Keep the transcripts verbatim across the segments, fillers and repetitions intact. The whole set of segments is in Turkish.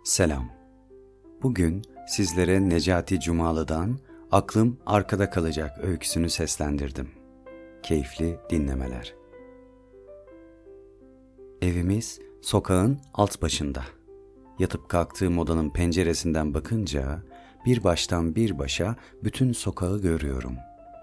Selam. Bugün sizlere Necati Cumalı'dan Aklım Arkada Kalacak öyküsünü seslendirdim. Keyifli dinlemeler. Evimiz sokağın alt başında. Yatıp kalktığım odanın penceresinden bakınca bir baştan bir başa bütün sokağı görüyorum.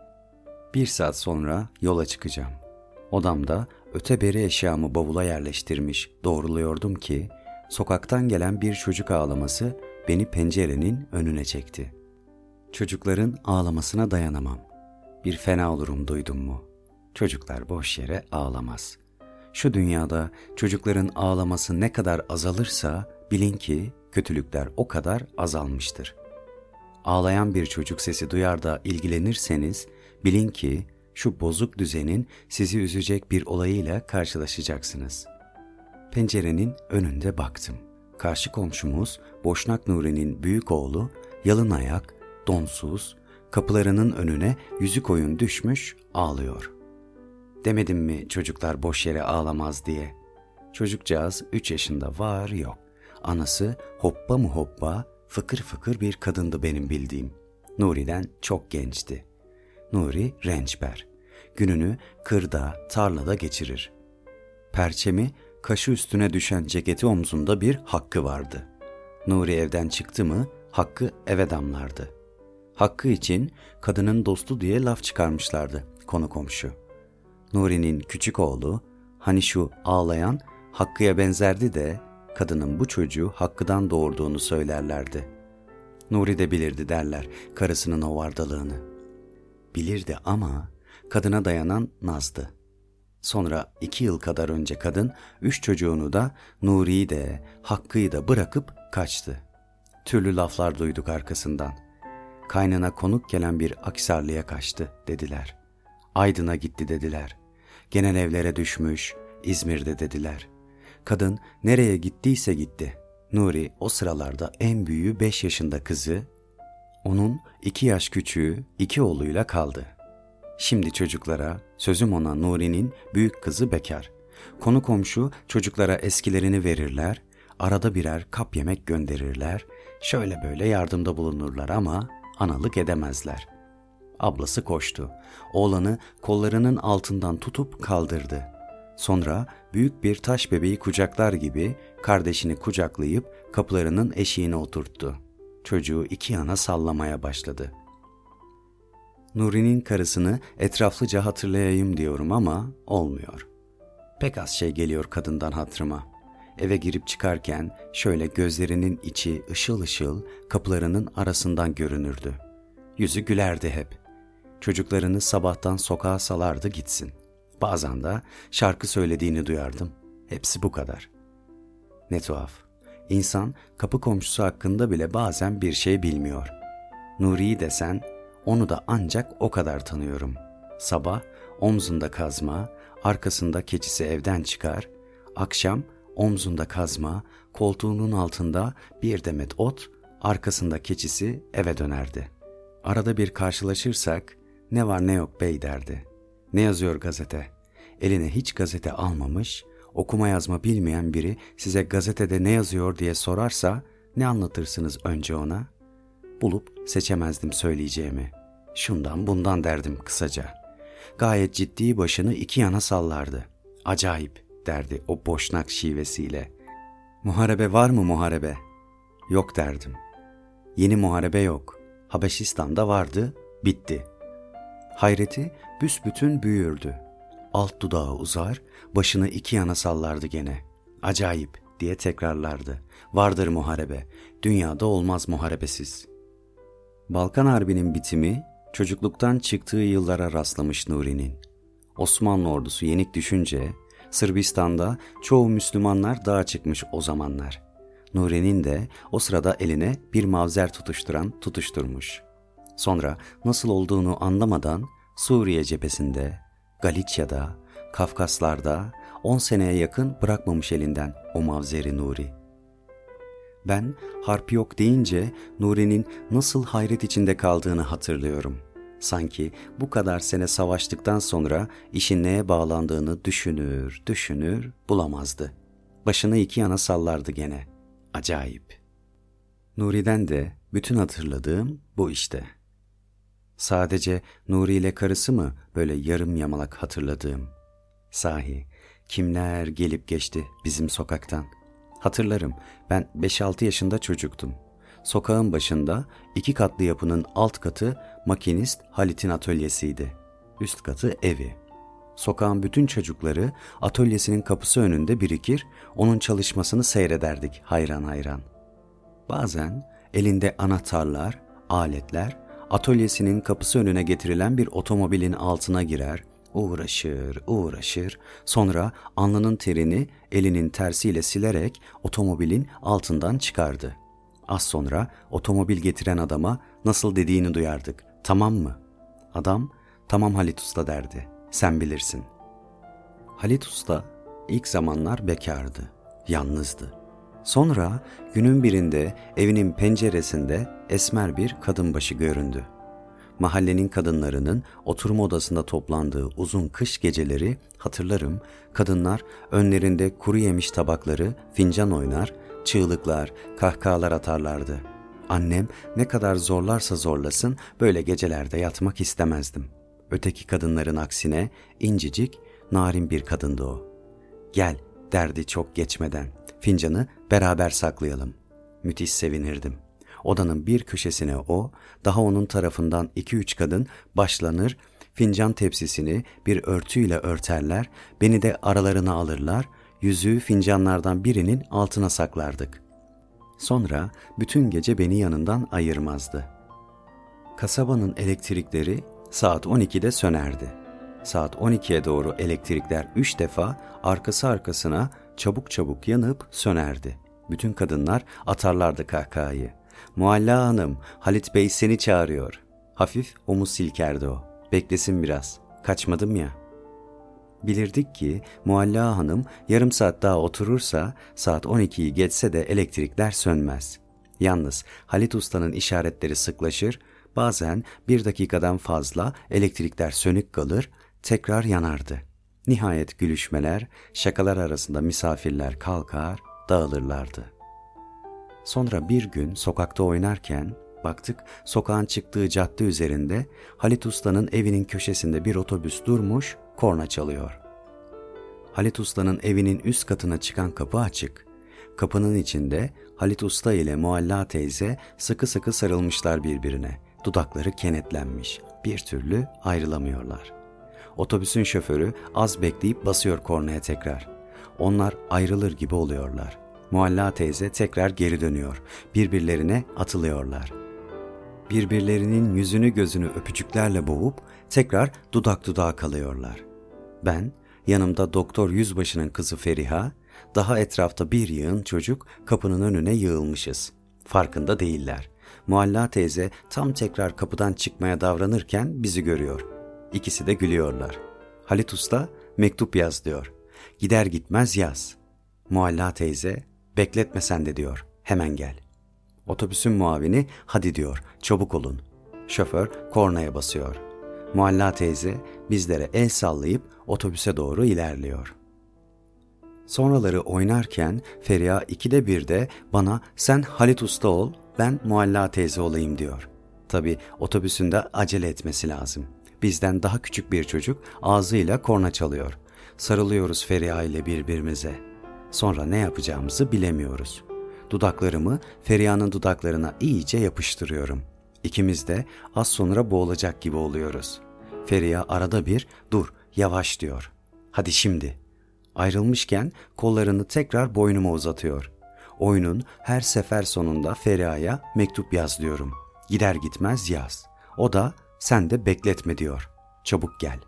Bir saat sonra yola çıkacağım. Odamda öteberi eşyamı bavula yerleştirmiş doğruluyordum ki sokaktan gelen bir çocuk ağlaması beni pencerenin önüne çekti. Çocukların ağlamasına dayanamam. Bir fena olurum duydum mu? Çocuklar boş yere ağlamaz. Şu dünyada çocukların ağlaması ne kadar azalırsa bilin ki kötülükler o kadar azalmıştır. Ağlayan bir çocuk sesi duyar da ilgilenirseniz bilin ki şu bozuk düzenin sizi üzecek bir olayıyla karşılaşacaksınız. Pencerenin önünde baktım. Karşı komşumuz Boşnak Nuri'nin büyük oğlu yalın ayak, donsuz, kapılarının önüne yüzü koyun düşmüş ağlıyor. Demedim mi çocuklar boş yere ağlamaz diye? Çocukcağız üç yaşında var yok. Anası hoppa mı hoppa fıkır fıkır bir kadındı benim bildiğim. Nuri'den çok gençti. Nuri rençber. Gününü kırda, tarlada geçirir. Perçemi kaşı üstüne düşen ceketi omzunda bir Hakkı vardı. Nuri evden çıktı mı Hakkı eve damlardı. Hakkı için kadının dostu diye laf çıkarmışlardı konu komşu. Nuri'nin küçük oğlu hani şu ağlayan Hakkı'ya benzerdi de kadının bu çocuğu Hakkı'dan doğurduğunu söylerlerdi. Nuri de bilirdi derler karısının o vardalığını. Bilirdi ama kadına dayanan nazdı. Sonra iki yıl kadar önce kadın üç çocuğunu da Nuri'yi de Hakkı'yı da bırakıp kaçtı. Türlü laflar duyduk arkasından. Kaynına konuk gelen bir Aksarlı'ya kaçtı dediler. Aydın'a gitti dediler. Genel evlere düşmüş İzmir'de dediler. Kadın nereye gittiyse gitti. Nuri o sıralarda en büyüğü beş yaşında kızı, onun iki yaş küçüğü iki oğluyla kaldı. Şimdi çocuklara, sözüm ona Nuri'nin büyük kızı bekar. Konu komşu çocuklara eskilerini verirler, arada birer kap yemek gönderirler, şöyle böyle yardımda bulunurlar ama analık edemezler. Ablası koştu, oğlanı kollarının altından tutup kaldırdı. Sonra büyük bir taş bebeği kucaklar gibi kardeşini kucaklayıp kapılarının eşiğine oturttu. Çocuğu iki yana sallamaya başladı. Nuri'nin karısını etraflıca hatırlayayım diyorum ama olmuyor. Pek az şey geliyor kadından hatırıma. Eve girip çıkarken şöyle gözlerinin içi ışıl ışıl kapılarının arasından görünürdü. Yüzü gülerdi hep. Çocuklarını sabahtan sokağa salardı gitsin. Bazen de şarkı söylediğini duyardım. Hepsi bu kadar. Ne tuhaf. İnsan kapı komşusu hakkında bile bazen bir şey bilmiyor. Nuri'yi desen onu da ancak o kadar tanıyorum. Sabah omzunda kazma, arkasında keçisi evden çıkar. Akşam omzunda kazma, koltuğunun altında bir demet ot, arkasında keçisi eve dönerdi. Arada bir karşılaşırsak ne var ne yok bey derdi. Ne yazıyor gazete? Eline hiç gazete almamış, okuma yazma bilmeyen biri size gazetede ne yazıyor diye sorarsa ne anlatırsınız önce ona? Bulup seçemezdim söyleyeceğimi. Şundan bundan derdim kısaca. Gayet ciddi başını iki yana sallardı. Acayip derdi o boşnak şivesiyle. Muharebe var mı muharebe? Yok derdim. Yeni muharebe yok. Habeşistan'da vardı, bitti. Hayreti büsbütün büyürdü. Alt dudağı uzar, başını iki yana sallardı gene. Acayip diye tekrarlardı. Vardır muharebe, dünyada olmaz muharebesiz. Balkan Harbi'nin bitimi çocukluktan çıktığı yıllara rastlamış Nuri'nin. Osmanlı ordusu yenik düşünce Sırbistan'da çoğu Müslümanlar dağa çıkmış o zamanlar. Nuri'nin de o sırada eline bir mavzer tutuşturan tutuşturmuş. Sonra nasıl olduğunu anlamadan Suriye cephesinde, Galicia'da, Kafkaslar'da on seneye yakın bırakmamış elinden o mavzeri Nuri. Ben harp yok deyince Nuri'nin nasıl hayret içinde kaldığını hatırlıyorum. Sanki bu kadar sene savaştıktan sonra işin neye bağlandığını düşünür, düşünür, bulamazdı. Başını iki yana sallardı gene. Acayip. Nuri'den de bütün hatırladığım bu işte. Sadece Nuri ile karısı mı böyle yarım yamalak hatırladığım? Sahi, kimler gelip geçti bizim sokaktan? Hatırlarım, ben beş altı yaşında çocuktum. Sokağın başında iki katlı yapının alt katı makinist Halit'in atölyesiydi. Üst katı evi. Sokağın bütün çocukları atölyesinin kapısı önünde birikir, onun çalışmasını seyrederdik hayran hayran. Bazen elinde anahtarlar, aletler, atölyesinin kapısı önüne getirilen bir otomobilin altına girer, uğraşır, uğraşır, sonra alnının terini elinin tersiyle silerek otomobilin altından çıkardı. Az sonra otomobil getiren adama nasıl dediğini duyardık. Tamam mı? Adam, tamam Halit Usta derdi. Sen bilirsin. Halit Usta ilk zamanlar bekardı, yalnızdı. Sonra günün birinde evinin penceresinde esmer bir kadın başı göründü. Mahallenin kadınlarının oturma odasında toplandığı uzun kış geceleri hatırlarım, kadınlar önlerinde kuru yemiş tabakları, fincan oynar, çığlıklar, kahkahalar atarlardı. Annem ne kadar zorlarsa zorlasın böyle gecelerde yatmak istemezdim. Öteki kadınların aksine incecik, narin bir kadındı o. Gel derdi çok geçmeden, fincanı beraber saklayalım. Müthiş sevinirdim. Odanın bir köşesine o, daha onun tarafından iki üç kadın başlanır, fincan tepsisini bir örtüyle örterler, beni de aralarına alırlar, yüzüğü fincanlardan birinin altına saklardık. Sonra bütün gece beni yanından ayırmazdı. Kasabanın elektrikleri saat on ikide sönerdi. Saat on ikiye doğru elektrikler üç defa arkası arkasına çabuk çabuk yanıp sönerdi. Bütün kadınlar atarlardı kahkahayı. Mualla Hanım, Halit Bey seni çağırıyor. Hafif omuz silkerdi o. Beklesin biraz. Kaçmadım ya. Bilirdik ki Mualla Hanım yarım saat daha oturursa saat on ikiyi geçse de elektrikler sönmez. Yalnız Halit Usta'nın işaretleri sıklaşır, bazen bir dakikadan fazla elektrikler sönük kalır, tekrar yanardı. Nihayet gülüşmeler, şakalar arasında misafirler kalkar, dağılırlardı. Sonra bir gün sokakta oynarken baktık sokağın çıktığı cadde üzerinde Halit Usta'nın evinin köşesinde bir otobüs durmuş, korna çalıyor. Halit Usta'nın evinin üst katına çıkan kapı açık. Kapının içinde Halit Usta ile Mualla teyze sıkı sıkı sarılmışlar birbirine. Dudakları kenetlenmiş, bir türlü ayrılamıyorlar. Otobüsün şoförü az bekleyip basıyor kornaya tekrar. Onlar ayrılır gibi oluyorlar. Mualla teyze tekrar geri dönüyor. Birbirlerine atılıyorlar. Birbirlerinin yüzünü gözünü öpücüklerle boğup tekrar dudak dudağa kalıyorlar. Ben, yanımda doktor yüzbaşının kızı Feriha, daha etrafta bir yığın çocuk kapının önüne yığılmışız. Farkında değiller. Mualla teyze tam tekrar kapıdan çıkmaya davranırken bizi görüyor. İkisi de gülüyorlar. Halit Usta mektup yaz diyor. Gider gitmez yaz. Mualla teyze bekletme sen de diyor. Hemen gel. Otobüsün muavini hadi diyor. Çabuk olun. Şoför kornaya basıyor. Mualla teyze bizlere el sallayıp otobüse doğru ilerliyor. Sonraları oynarken Feriha ikide bir de bana sen Halit Usta ol, ben Mualla teyze olayım diyor. Tabii otobüsünde acele etmesi lazım. Bizden daha küçük bir çocuk ağzıyla korna çalıyor. Sarılıyoruz Feriha ile birbirimize. Sonra ne yapacağımızı bilemiyoruz. Dudaklarımı Feriha'nın dudaklarına iyice yapıştırıyorum. İkimiz de az sonra boğulacak gibi oluyoruz. Feriha arada bir dur yavaş diyor. Hadi şimdi. Ayrılmışken kollarını tekrar boynuma uzatıyor. Oyunun her sefer sonunda Feriha'ya mektup yaz diyorum. Gider gitmez yaz. O da sen de bekletme diyor. Çabuk gel.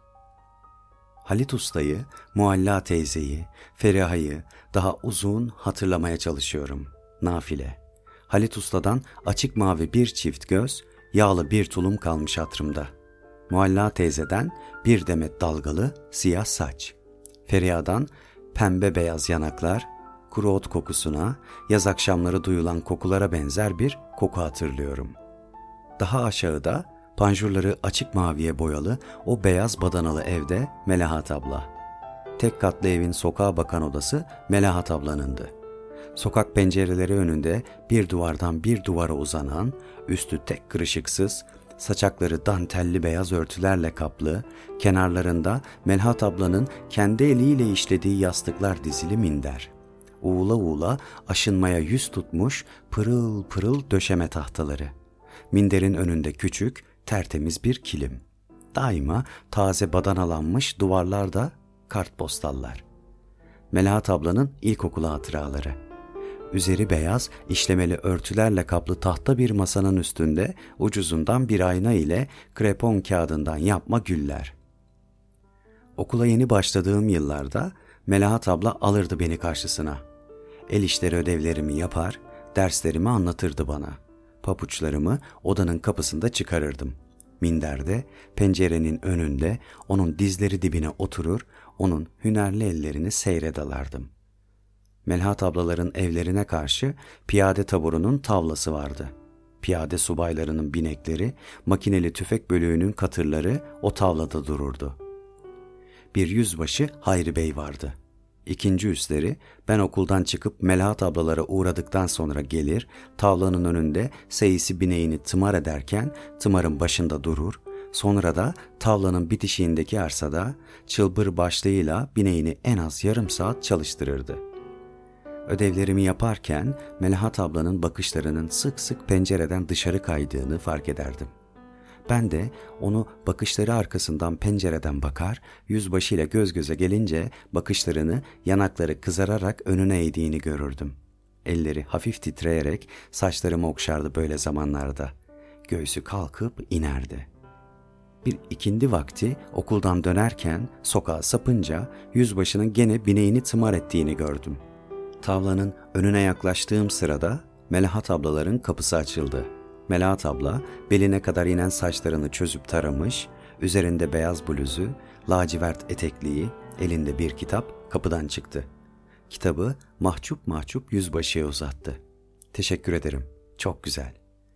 Halit Usta'yı, Mualla teyzeyi, Feriha'yı daha uzun hatırlamaya çalışıyorum. Nafile. Halit Usta'dan açık mavi bir çift göz, yağlı bir tulum kalmış hatırımda. Mualla teyzeden bir demet dalgalı siyah saç. Feriha'dan pembe beyaz yanaklar, kuru ot kokusuna, yaz akşamları duyulan kokulara benzer bir koku hatırlıyorum. Daha aşağıda panjurları açık maviye boyalı o beyaz badanalı evde Melahat abla. Tek katlı evin sokağa bakan odası Melahat ablanındı. Sokak pencereleri önünde bir duvardan bir duvara uzanan, üstü tek kırışıksız, saçakları dantelli beyaz örtülerle kaplı, kenarlarında Melahat ablanın kendi eliyle işlediği yastıklar dizili minder. Uğula uğula aşınmaya yüz tutmuş pırıl pırıl döşeme tahtaları. Minderin önünde küçük, tertemiz bir kilim. Daima taze badanalanmış duvarlarda kartpostallar. Melahat ablanın ilkokulu hatıraları. Üzeri beyaz, işlemeli örtülerle kaplı tahta bir masanın üstünde ucuzundan bir ayna ile krepon kağıdından yapma güller. Okula yeni başladığım yıllarda Melahat abla alırdı beni karşısına. El işleri ödevlerimi yapar, derslerimi anlatırdı bana. Papuçlarımı odanın kapısında çıkarırdım. Minderde, pencerenin önünde onun dizleri dibine oturur, onun hünerli ellerini seyredalardım. Melahat ablaların evlerine karşı piyade taburunun tavlası vardı. Piyade subaylarının binekleri, makineli tüfek bölüğünün katırları o tavlada dururdu. Bir yüzbaşı Hayri Bey vardı. İkinci üsleri ben okuldan çıkıp Melahat ablalara uğradıktan sonra gelir, tavlanın önünde seyisi bineğini tımar ederken tımarın başında durur, sonra da tavlanın bitişiğindeki arsada çılbır başlığıyla bineğini en az yarım saat çalıştırırdı. Ödevlerimi yaparken Melahat ablanın bakışlarının sık sık pencereden dışarı kaydığını fark ederdim. Ben de onu bakışları arkasından pencereden bakar, yüzbaşıyla göz göze gelince bakışlarını yanakları kızararak önüne eğdiğini görürdüm. Elleri hafif titreyerek saçlarımı okşardı böyle zamanlarda. Göğsü kalkıp inerdi. Bir ikindi vakti okuldan dönerken sokağa sapınca yüzbaşının gene bineğini tımar ettiğini gördüm. Tavlanın önüne yaklaştığım sırada Melahat ablaların kapısı açıldı. Melahat abla beline kadar inen saçlarını çözüp taramış, üzerinde beyaz bluzu, lacivert etekliği, elinde bir kitap kapıdan çıktı. Kitabı mahcup mahcup yüzbaşıya uzattı. "Teşekkür ederim, çok güzel."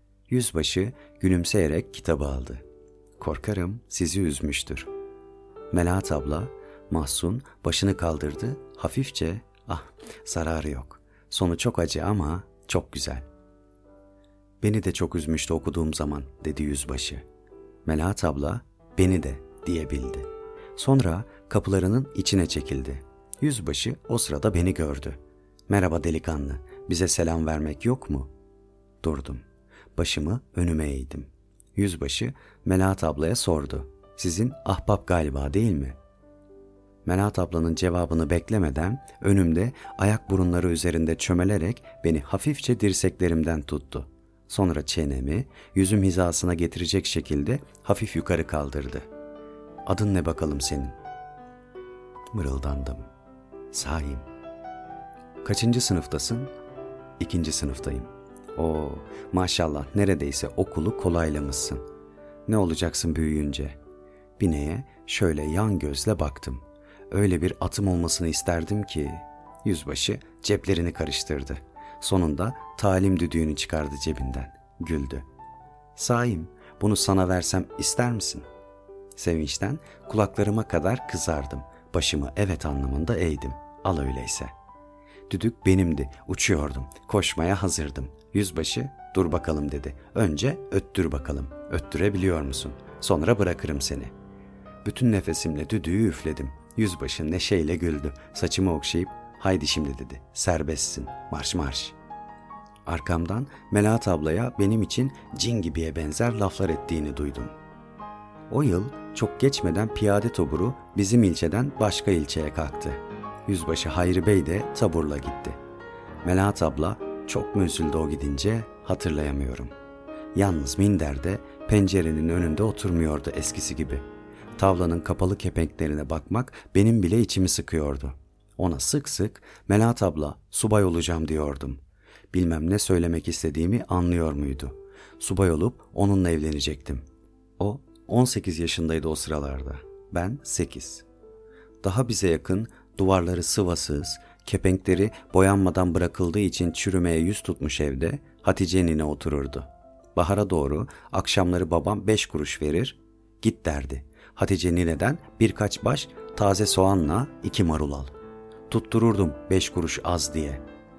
Yüzbaşı gülümseyerek kitabı aldı. "Korkarım sizi üzmüştür." Melahat abla mahzun başını kaldırdı, hafifçe "Ah, zararı yok. Sonu çok acı ama çok güzel." "Beni de çok üzmüştü okuduğum zaman," dedi yüzbaşı. Melahat abla "Beni de," diyebildi. Sonra kapılarının içine çekildi. Yüzbaşı o sırada beni gördü. "Merhaba delikanlı, bize selam vermek yok mu?" Durdum. Başımı önüme eğdim. Yüzbaşı Melahat ablaya sordu. "Sizin ahbap galiba, değil mi?" Melahat ablanın cevabını beklemeden önümde ayak burunları üzerinde çömelerek beni hafifçe dirseklerimden tuttu. Sonra çenemi yüzüm hizasına getirecek şekilde hafif yukarı kaldırdı. "Adın ne bakalım senin?" Mırıldandım. "Saim." "Kaçıncı sınıftasın?" "İkinci sınıftayım." "Oo, maşallah, neredeyse okulu kolaylamışsın. Ne olacaksın büyüyünce?" Bineğe şöyle yan gözle baktım. Öyle bir atım olmasını isterdim ki. Yüzbaşı ceplerini karıştırdı. Sonunda talim düdüğünü çıkardı cebinden. Güldü. "Saim, bunu sana versem ister misin?" Sevinçten kulaklarıma kadar kızardım. Başımı evet anlamında eğdim. "Al öyleyse." Düdük benimdi. Uçuyordum. Koşmaya hazırdım. Yüzbaşı "Dur bakalım," dedi. "Önce öttür bakalım. Öttürebiliyor musun? Sonra bırakırım seni." Bütün nefesimle düdüğü üfledim. Yüzbaşı neşeyle güldü. Saçımı okşayıp "Haydi şimdi," dedi. "Serbestsin. Marş marş." Arkamdan Melahat ablaya benim için cin gibiye benzer laflar ettiğini duydum. O yıl çok geçmeden piyade taburu bizim ilçeden başka ilçeye kalktı. Yüzbaşı Hayri Bey de taburla gitti. Melahat abla çok mu üzüldü o gidince hatırlayamıyorum. Yalnız minderde pencerenin önünde oturmuyordu eskisi gibi. Tavlanın kapalı kepenklerine bakmak benim bile içimi sıkıyordu. Ona sık sık "Melahat abla, subay olacağım," diyordum. Bilmem ne söylemek istediğimi anlıyor muydu? Subay olup onunla evlenecektim. O on sekiz yaşındaydı o sıralarda. Ben sekiz. Daha bize yakın, duvarları sıvasız, kepenkleri boyanmadan bırakıldığı için çürümeye yüz tutmuş evde Hatice nine otururdu. Bahara doğru akşamları babam beş kuruş verir, "Git," derdi. Hatice nineden birkaç baş taze soğanla iki marul al. Tuttururdum beş kuruş az diye.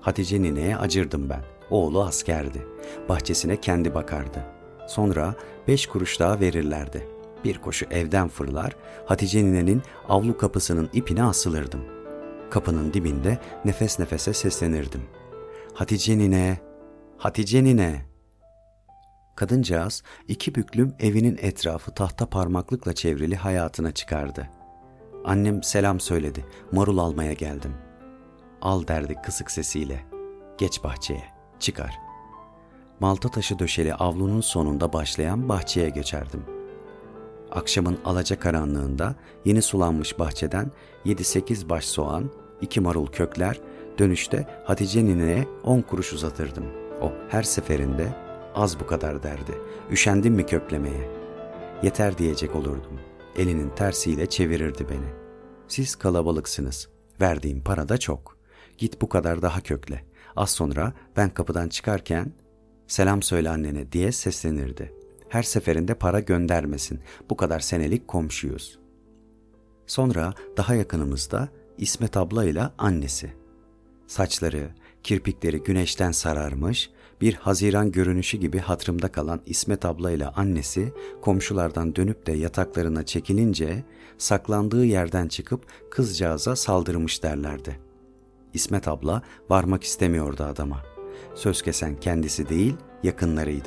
Hatice nineye acırdım ben. Oğlu askerdi. Bahçesine kendi bakardı. Sonra beş kuruş daha verirlerdi. Bir koşu evden fırlar, Hatice ninenin avlu kapısının ipine asılırdım. Kapının dibinde nefes nefese seslenirdim. Hatice nine, Hatice nine. Kadıncağız iki büklüm evinin etrafı tahta parmaklıkla çevrili hayatına çıkardı. Annem selam söyledi, marul almaya geldim. Al derdi kısık sesiyle. Geç bahçeye, çıkar. Malta taşı döşeli avlunun sonunda başlayan bahçeye geçerdim. Akşamın alacakaranlığında yeni sulanmış bahçeden yedi sekiz baş soğan, iki marul kökler, dönüşte Hatice nineye on kuruş uzatırdım. O her seferinde az bu kadar derdi. Üşendim mi köklemeye? Yeter diyecek olurdum. Elinin tersiyle çevirirdi beni. Siz kalabalıksınız. Verdiğim para da çok. Git bu kadar daha kökle. Az sonra ben kapıdan çıkarken selam söyle annene diye seslenirdi. Her seferinde para göndermesin. Bu kadar senelik komşuyuz. Sonra daha yakınımızda İsmet abla ile annesi. Saçları, kirpikleri güneşten sararmış, bir Haziran görünüşü gibi hatırımda kalan İsmet abla ile annesi komşulardan dönüp de yataklarına çekilince saklandığı yerden çıkıp kızcağıza saldırmış derlerdi. İsmet abla varmak istemiyordu adama. Söz kesen kendisi değil, yakınlarıydı.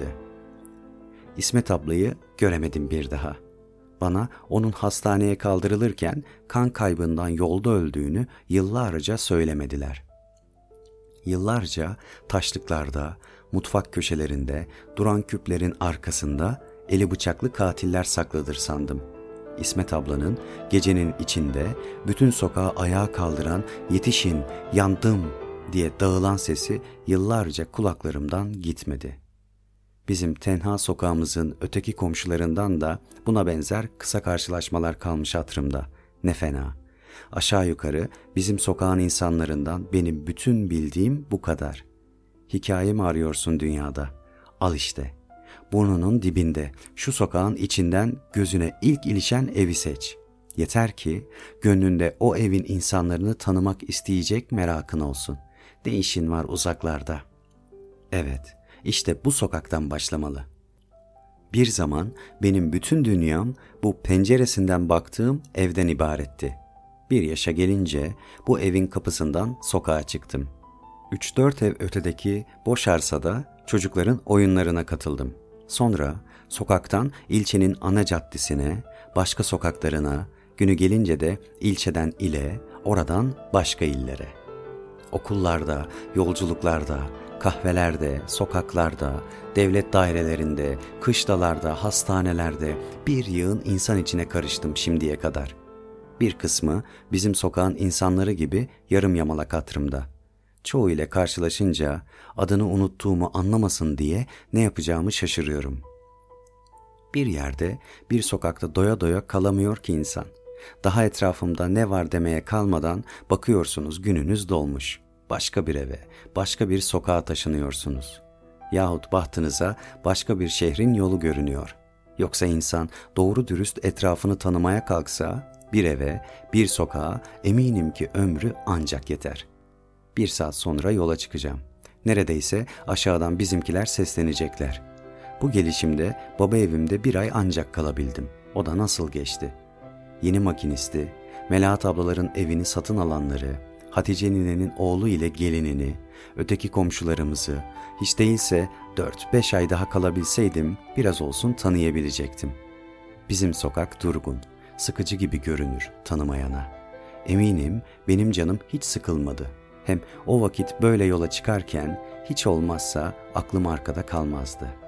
İsmet ablayı göremedim bir daha. Bana onun hastaneye kaldırılırken kan kaybından yolda öldüğünü yıllarca söylemediler. Yıllarca taşlıklarda, mutfak köşelerinde, duran küplerin arkasında eli bıçaklı katiller saklıdır sandım. İsmet ablanın gecenin içinde bütün sokağı ayağa kaldıran "Yetişin, yandım!" diye dağılan sesi yıllarca kulaklarımdan gitmedi. Bizim tenha sokağımızın öteki komşularından da buna benzer kısa karşılaşmalar kalmış hatırımda. Ne fena. Aşağı yukarı bizim sokağın insanlarından benim bütün bildiğim bu kadar. Hikaye mi arıyorsun dünyada? Al işte. Burnunun dibinde, şu sokağın içinden gözüne ilk ilişen evi seç. Yeter ki gönlünde o evin insanlarını tanımak isteyecek merakın olsun. Ne işin var uzaklarda? Evet, işte bu sokaktan başlamalı. Bir zaman benim bütün dünyam bu penceresinden baktığım evden ibaretti. Bir yaşa gelince bu evin kapısından sokağa çıktım. Üç dört ev ötedeki boş arsada çocukların oyunlarına katıldım. Sonra sokaktan ilçenin ana caddesine, başka sokaklarına, günü gelince de ilçeden ile, oradan başka illere. Okullarda, yolculuklarda, kahvelerde, sokaklarda, devlet dairelerinde, kışlalarda, hastanelerde bir yığın insan içine karıştım şimdiye kadar. Bir kısmı bizim sokağın insanları gibi yarım yamalak hatırımda. Çoğu ile karşılaşınca adını unuttuğumu anlamasın diye ne yapacağımı şaşırıyorum. Bir yerde, bir sokakta doya doya kalamıyor ki insan. Daha etrafımda ne var demeye kalmadan bakıyorsunuz gününüz dolmuş. Başka bir eve, başka bir sokağa taşınıyorsunuz. Yahut bahtınıza başka bir şehrin yolu görünüyor. Yoksa insan doğru dürüst etrafını tanımaya kalksa bir eve, bir sokağa eminim ki ömrü ancak yeter. Bir saat sonra yola çıkacağım. Neredeyse aşağıdan bizimkiler seslenecekler. Bu gelişimde baba evimde bir ay ancak kalabildim. O da nasıl geçti? Yeni makinisti, Melahat ablaların evini satın alanları, Hatice ninenin oğlu ile gelinini, öteki komşularımızı, hiç değilse dört beş ay daha kalabilseydim biraz olsun tanıyabilecektim. Bizim sokak durgun, sıkıcı gibi görünür tanımayana. Eminim benim canım hiç sıkılmadı. Hem o vakit böyle yola çıkarken hiç olmazsa aklım arkada kalmazdı.